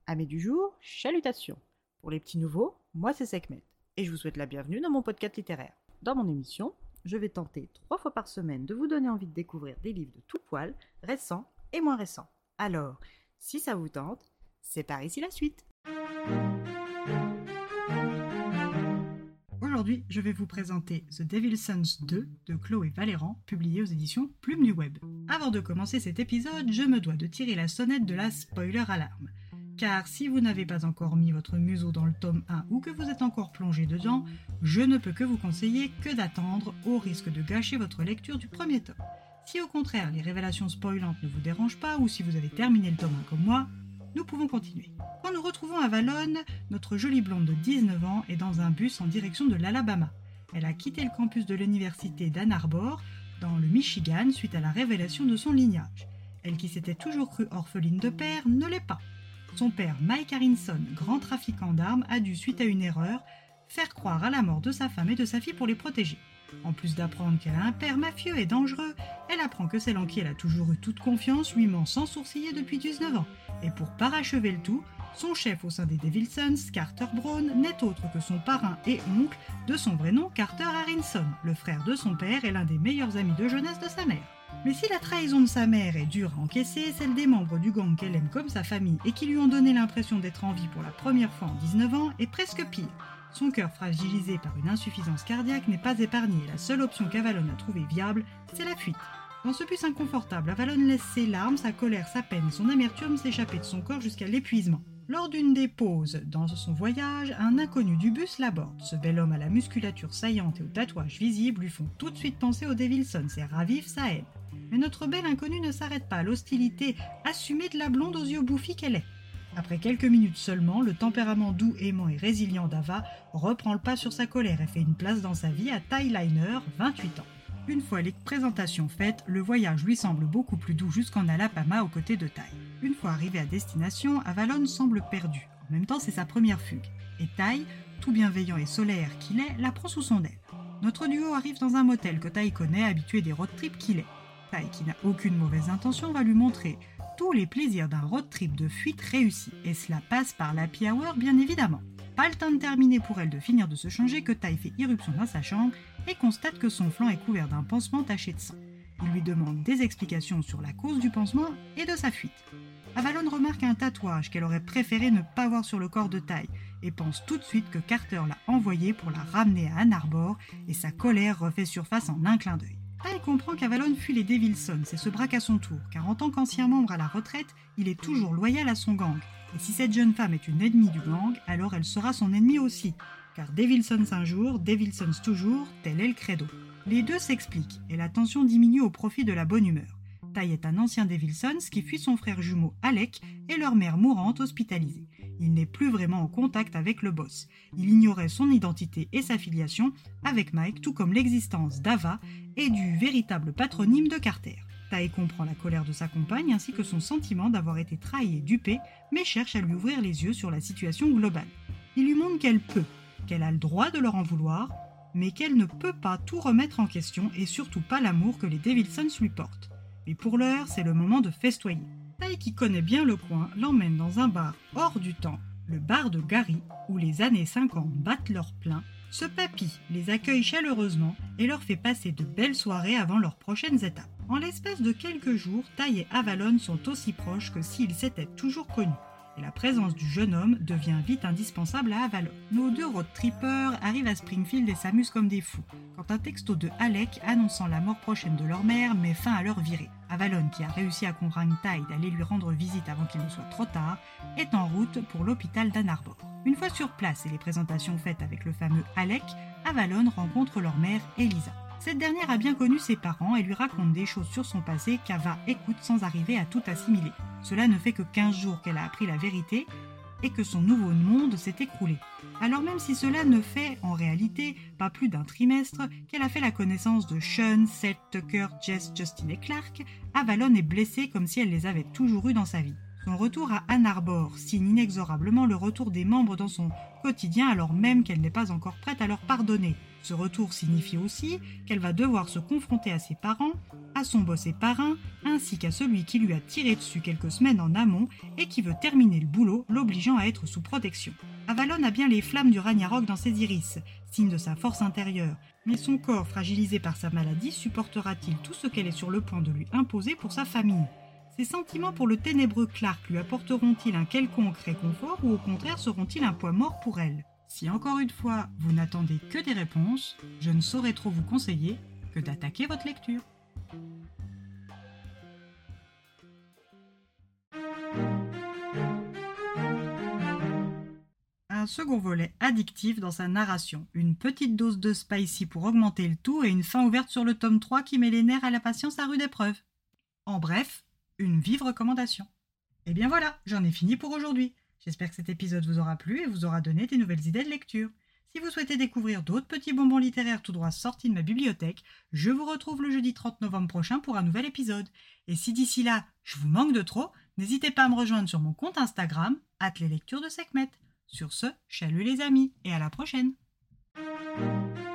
Amis du jour, chalutations. Pour les petits nouveaux, moi c'est Sekhmet et je vous souhaite la bienvenue dans mon podcast littéraire. Dans mon émission, je vais tenter 3 fois par semaine de vous donner envie de découvrir des livres de tout poil, récents et moins récents. Alors, si ça vous tente, c'est par ici la suite. Aujourd'hui, je vais vous présenter The Devil's Sons 2 de Chloé Valéran, publié aux éditions Plume du Web. Avant de commencer cet épisode, je me dois de tirer la sonnette de la spoiler alarme. Car si vous n'avez pas encore mis votre museau dans le tome 1 ou que vous êtes encore plongé dedans, je ne peux que vous conseiller que d'attendre au risque de gâcher votre lecture du premier tome. Si au contraire les révélations spoilantes ne vous dérangent pas ou si vous avez terminé le tome 1 comme moi, nous pouvons continuer. Quand nous retrouvons Avalon, notre jolie blonde de 19 ans est dans un bus en direction de l'Alabama. Elle a quitté le campus de l'université d'Ann Arbor, dans le Michigan, suite à la révélation de son lignage. Elle qui s'était toujours crue orpheline de père, ne l'est pas. Son père, Mike Harrison, grand trafiquant d'armes, a dû, suite à une erreur, faire croire à la mort de sa femme et de sa fille pour les protéger. En plus d'apprendre qu'elle a un père mafieux et dangereux, elle apprend que celle en qui elle a toujours eu toute confiance lui ment sans sourciller depuis 19 ans. Et pour parachever le tout, son chef au sein des Devil's Sons, Carter Brown, n'est autre que son parrain et oncle, de son vrai nom Carter Harrison, le frère de son père et l'un des meilleurs amis de jeunesse de sa mère. Mais si la trahison de sa mère est dure à encaisser, celle des membres du gang qu'elle aime comme sa famille et qui lui ont donné l'impression d'être en vie pour la première fois en 19 ans est presque pire. Son cœur fragilisé par une insuffisance cardiaque n'est pas épargné et la seule option qu'Avalon a trouvée viable, c'est la fuite. Dans ce bus inconfortable, Avalon laisse ses larmes, sa colère, sa peine et son amertume s'échapper de son corps jusqu'à l'épuisement. Lors d'une des pauses dans son voyage, un inconnu du bus l'aborde. Ce bel homme à la musculature saillante et aux tatouages visibles lui font tout de suite penser aux Devil's Sons et ravivent sa haine. Mais notre belle inconnue ne s'arrête pas à l'hostilité assumée de la blonde aux yeux bouffis qu'elle est. Après quelques minutes seulement, le tempérament doux, aimant et résilient d'Ava reprend le pas sur sa colère et fait une place dans sa vie à Ty Liner, 28 ans. Une fois les présentations faites, le voyage lui semble beaucoup plus doux jusqu'en Alabama aux côtés de Ty. Une fois arrivé à destination, Avalon semble perdu. En même temps, c'est sa première fugue. Et Ty, tout bienveillant et solaire qu'il est, la prend sous son aile. Notre duo arrive dans un motel que Ty connaît, habitué des road trips qu'il est. Ty, qui n'a aucune mauvaise intention, va lui montrer tous les plaisirs d'un road trip de fuite réussi. Et cela passe par l'happy hour, bien évidemment. Pas le temps de terminer pour elle de finir de se changer que Ty fait irruption dans sa chambre et constate que son flanc est couvert d'un pansement taché de sang. Il lui demande des explications sur la cause du pansement et de sa fuite. Avalon remarque un tatouage qu'elle aurait préféré ne pas voir sur le corps de Ty et pense tout de suite que Carter l'a envoyé pour la ramener à Ann Arbor et sa colère refait surface en un clin d'œil. Ty comprend qu'Avalon fuit les Devil's Sons et se braque à son tour, car en tant qu'ancien membre à la retraite, il est toujours loyal à son gang. Et si cette jeune femme est une ennemie du gang, alors elle sera son ennemie aussi. Car Devil's Sons un jour, Devil's Sons toujours, tel est le credo. Les deux s'expliquent, et la tension diminue au profit de la bonne humeur. Ty est un ancien Devil's Sons qui fuit son frère jumeau Alec et leur mère mourante hospitalisée. Il n'est plus vraiment en contact avec le boss. Il ignorait son identité et sa filiation avec Mike, tout comme l'existence d'Ava et du véritable patronyme de Carter. Ty comprend la colère de sa compagne ainsi que son sentiment d'avoir été trahi et dupé, mais cherche à lui ouvrir les yeux sur la situation globale. Il lui montre qu'elle a le droit de leur en vouloir, mais qu'elle ne peut pas tout remettre en question et surtout pas l'amour que les Devil's Sons lui portent. Mais pour l'heure, c'est le moment de festoyer. Ty, qui connaît bien le coin, l'emmène dans un bar hors du temps, le bar de Gary, où les années 50 battent leur plein. Ce papy les accueille chaleureusement et leur fait passer de belles soirées avant leurs prochaines étapes. En l'espace de quelques jours, Ty et Avalon sont aussi proches que s'ils s'étaient toujours connus. Et la présence du jeune homme devient vite indispensable à Avalon. Nos deux road trippers arrivent à Springfield et s'amusent comme des fous, quand un texto de Alec annonçant la mort prochaine de leur mère met fin à leur virée. Avalon, qui a réussi à convaincre Ty d'aller lui rendre visite avant qu'il ne soit trop tard, est en route pour l'hôpital d'Ann Arbor. Une fois sur place et les présentations faites avec le fameux Alec, Avalon rencontre leur mère Elisa. Cette dernière a bien connu ses parents et lui raconte des choses sur son passé qu'Ava écoute sans arriver à tout assimiler. Cela ne fait que 15 jours qu'elle a appris la vérité et que son nouveau monde s'est écroulé. Alors même si cela ne fait en réalité pas plus d'un trimestre qu'elle a fait la connaissance de Sean, Seth, Tucker, Jess, Justin et Clark, Avalon est blessée comme si elle les avait toujours eus dans sa vie. Son retour à Ann Arbor signe inexorablement le retour des membres dans son quotidien alors même qu'elle n'est pas encore prête à leur pardonner. Ce retour signifie aussi qu'elle va devoir se confronter à ses parents, à son boss et parrain, ainsi qu'à celui qui lui a tiré dessus quelques semaines en amont et qui veut terminer le boulot, l'obligeant à être sous protection. Avalon a bien les flammes du Ragnarok dans ses iris, signe de sa force intérieure, mais son corps fragilisé par sa maladie supportera-t-il tout ce qu'elle est sur le point de lui imposer pour sa famille ? Ses sentiments pour le ténébreux Clark lui apporteront-ils un quelconque réconfort ou au contraire seront-ils un poids mort pour elle ? Si encore une fois vous n'attendez que des réponses, je ne saurais trop vous conseiller que d'attaquer votre lecture. Un second volet addictif dans sa narration, une petite dose de spicy pour augmenter le tout et une fin ouverte sur le tome 3 qui met les nerfs à la patience à rude épreuve. En bref, une vive recommandation. Et bien voilà, j'en ai fini pour aujourd'hui. J'espère que cet épisode vous aura plu et vous aura donné des nouvelles idées de lecture. Si vous souhaitez découvrir d'autres petits bonbons littéraires tout droit sortis de ma bibliothèque, je vous retrouve le jeudi 30 novembre prochain pour un nouvel épisode. Et si d'ici là, je vous manque de trop, n'hésitez pas à me rejoindre sur mon compte Instagram, @leslecturesdeSekhmet. Sur ce, chalut les amis, et à la prochaine!